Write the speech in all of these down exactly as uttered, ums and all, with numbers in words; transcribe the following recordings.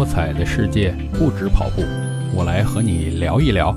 多彩的世界不止跑步，我来和你聊一聊。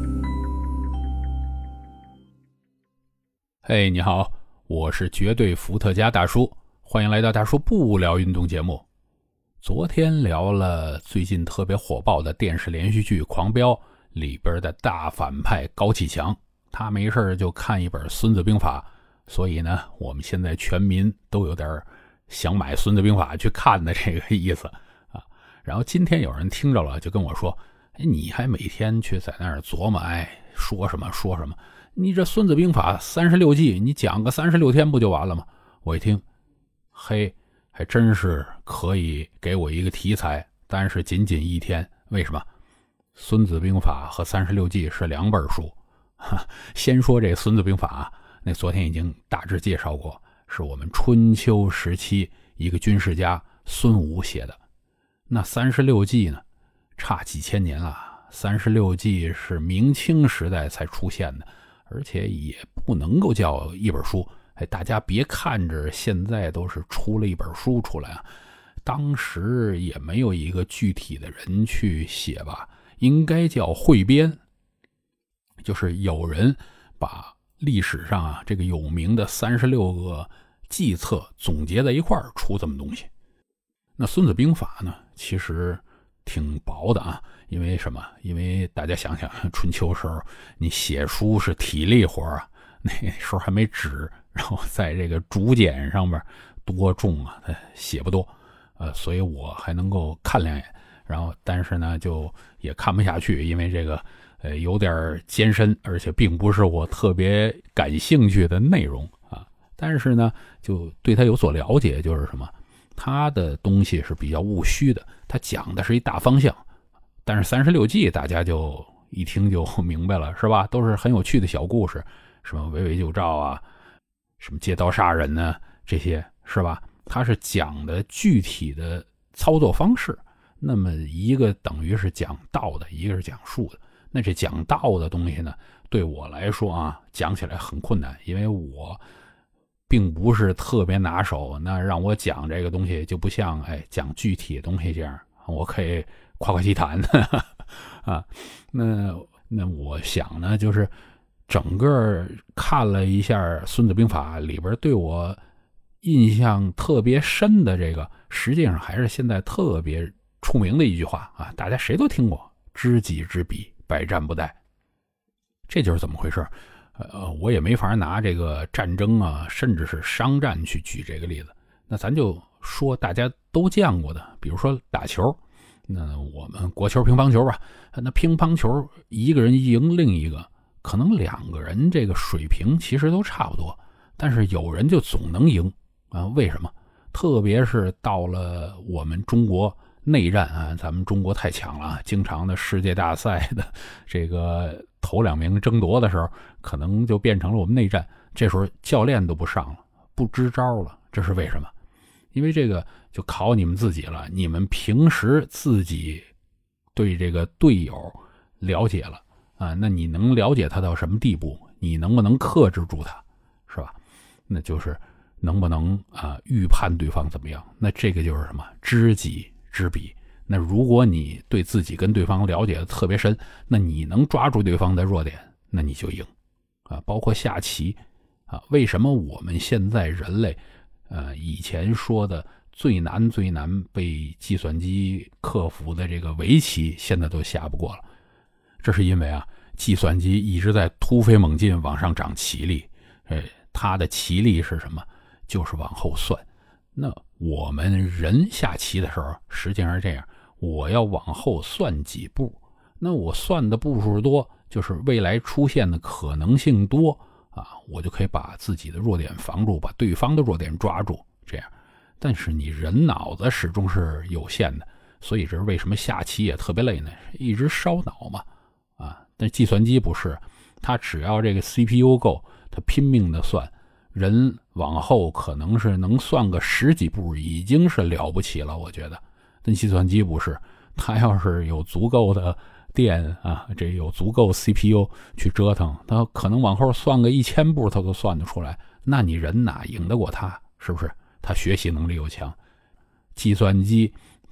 嘿，你好，我是绝对伏特加大叔，欢迎来到大叔不聊运动节目。昨天聊了最近特别火爆的电视连续剧《狂飙》里边的大反派高启强，他没事就看一本《孙子兵法》，所以呢，我们现在全民都有点想买《孙子兵法》去看的这个意思啊。然后今天有人听着了，就跟我说：“哎，你还每天去在那儿琢磨，哎，说什么说什么？你这《孙子兵法》三十六计，你讲个三十六天不就完了吗？”我一听，嘿，还真是可以给我一个题材，但是仅仅一天。为什么？《孙子兵法》和三十六计是两本书。先说这《孙子兵法》，那昨天已经大致介绍过，是我们春秋时期一个军事家孙武写的。那三十六计呢，差几千年了。三十六计是明清时代才出现的，而且也不能够叫一本书。哎，大家别看着现在都是出了一本书出来啊，当时也没有一个具体的人去写吧，应该叫汇编，就是有人把历史上啊这个有名的三十六个计策总结在一块儿出这么东西。那孙子兵法呢，其实挺薄的啊，因为什么？因为大家想想，春秋时候你写书是体力活啊，那时候还没纸，然后在这个竹简上面多重啊，它写不多，呃，所以我还能够看两眼，然后但是呢，就也看不下去，因为这个呃有点艰深，而且并不是我特别感兴趣的内容啊。但是呢，就对它有所了解，就是什么？他的东西是比较务虚的，他讲的是一大方向，但是三十六计大家就一听就明白了，是吧？都是很有趣的小故事，什么围魏救赵啊，什么借刀杀人呢、啊，这些是吧？他是讲的具体的操作方式，那么一个等于是讲道的，一个是讲术的。那这讲道的东西呢，对我来说啊，讲起来很困难，因为我并不是特别拿手，那让我讲这个东西就不像哎讲具体的东西这样，我可以夸夸其谈啊。那那我想呢，就是整个看了一下《孙子兵法》里边，对我印象特别深的这个，实际上还是现在特别出名的一句话啊，大家谁都听过：知己知彼，百战不殆。这就是怎么回事？呃，我也没法拿这个战争啊，甚至是商战去举这个例子。那咱就说大家都见过的，比如说打球，那我们国球、乒乓球吧。那乒乓球一个人赢另一个，可能两个人这个水平其实都差不多，但是有人就总能赢啊？为什么？特别是到了我们中国内战啊，咱们中国太强了，经常的世界大赛的这个头两名争夺的时候，可能就变成了我们内战。这时候教练都不上了，不支招了，这是为什么？因为这个就考你们自己了，你们平时自己对这个队友了解了啊，那你能了解他到什么地步？你能不能克制住他，是吧？那就是能不能啊预判对方怎么样？那这个就是什么？知己知彼。那如果你对自己跟对方了解的特别深，那你能抓住对方的弱点，那你就赢啊。包括下棋啊，为什么我们现在人类呃以前说的最难最难被计算机克服的这个围棋，现在都下不过了？这是因为啊，计算机一直在突飞猛进往上涨棋力，呃，它的棋力是什么？就是往后算。那我们人下棋的时候，实际上是这样，我要往后算几步，那我算的步数多，就是未来出现的可能性多啊，我就可以把自己的弱点防住，把对方的弱点抓住，这样。但是你人脑子始终是有限的，所以这是为什么下棋也特别累呢？一直烧脑嘛，啊，但计算机不是，它只要这个 C P U 够，它拼命的算。人往后可能是能算个十几步已经是了不起了，我觉得。但计算机不是，它要是有足够的电啊，这有足够 C P U 去折腾，它可能往后算个一千步它都算得出来。那你人哪赢得过它？是不是？它学习能力又强，计算机它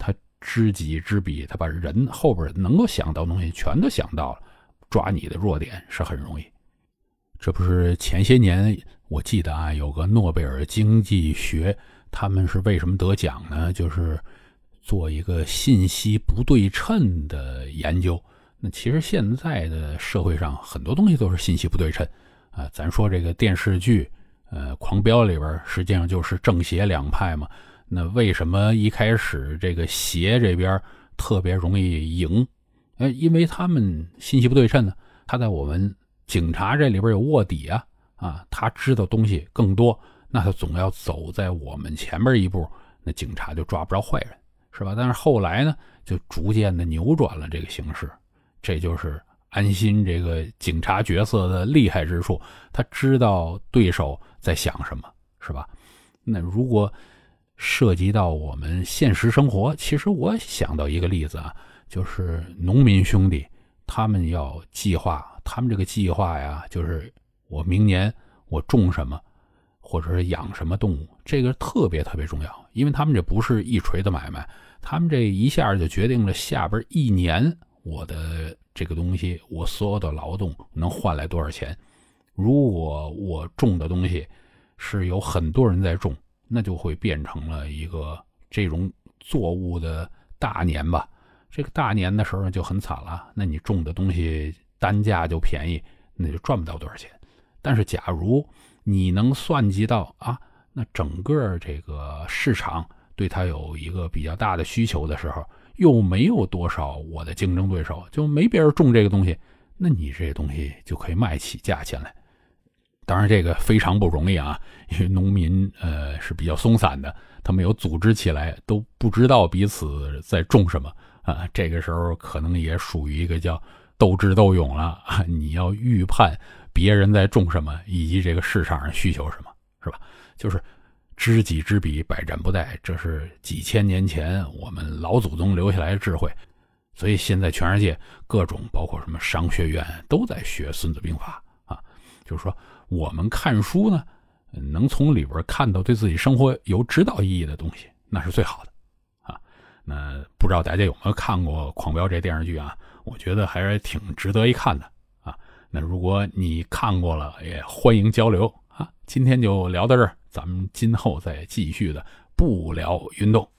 知己知彼，他把人后边能够想到的东西全都想到了，抓你的弱点是很容易。这不是前些年我记得啊，有个诺贝尔经济学，他们是为什么得奖呢？就是做一个信息不对称的研究。那其实现在的社会上很多东西都是信息不对称啊。咱说这个电视剧呃，狂飙里边实际上就是正邪两派嘛。那为什么一开始这个邪这边特别容易赢？哎，因为他们信息不对称呢。他在我们警察这里边有卧底啊，啊，他知道东西更多，那他总要走在我们前面一步，那警察就抓不着坏人，是吧？但是后来呢，就逐渐的扭转了这个形势，这就是安心这个警察角色的厉害之处，他知道对手在想什么，是吧？那如果涉及到我们现实生活，其实我想到一个例子啊，就是农民兄弟，他们要计划，他们这个计划呀，就是我明年我种什么，或者是养什么动物，这个特别特别重要，因为他们这不是一锤子买卖，他们这一下就决定了下边一年我的这个东西，我所有的劳动能换来多少钱。如果我种的东西是有很多人在种，那就会变成了一个这种作物的大年吧。这个大年的时候就很惨了，那你种的东西单价就便宜，那就赚不到多少钱。但是假如你能算计到啊，那整个这个市场对它有一个比较大的需求的时候，又没有多少我的竞争对手，就没别人种这个东西，那你这东西就可以卖起价钱来。当然这个非常不容易啊，因为农民呃是比较松散的，他们有组织起来都不知道彼此在种什么啊，这个时候可能也属于一个叫斗智斗勇了啊，你要预判别人在种什么，以及这个市场上需求什么，是吧？就是知己知彼，百战不殆，这是几千年前我们老祖宗留下来的智慧。所以现在全世界各种包括什么商学院都在学孙子兵法啊，就是说我们看书呢，能从里边看到对自己生活有指导意义的东西，那是最好的啊。那不知道大家有没有看过《狂飙》这电视剧啊？我觉得还是挺值得一看的啊。那如果你看过了，也欢迎交流啊。今天就聊到这儿，咱们今后再继续的不聊运动。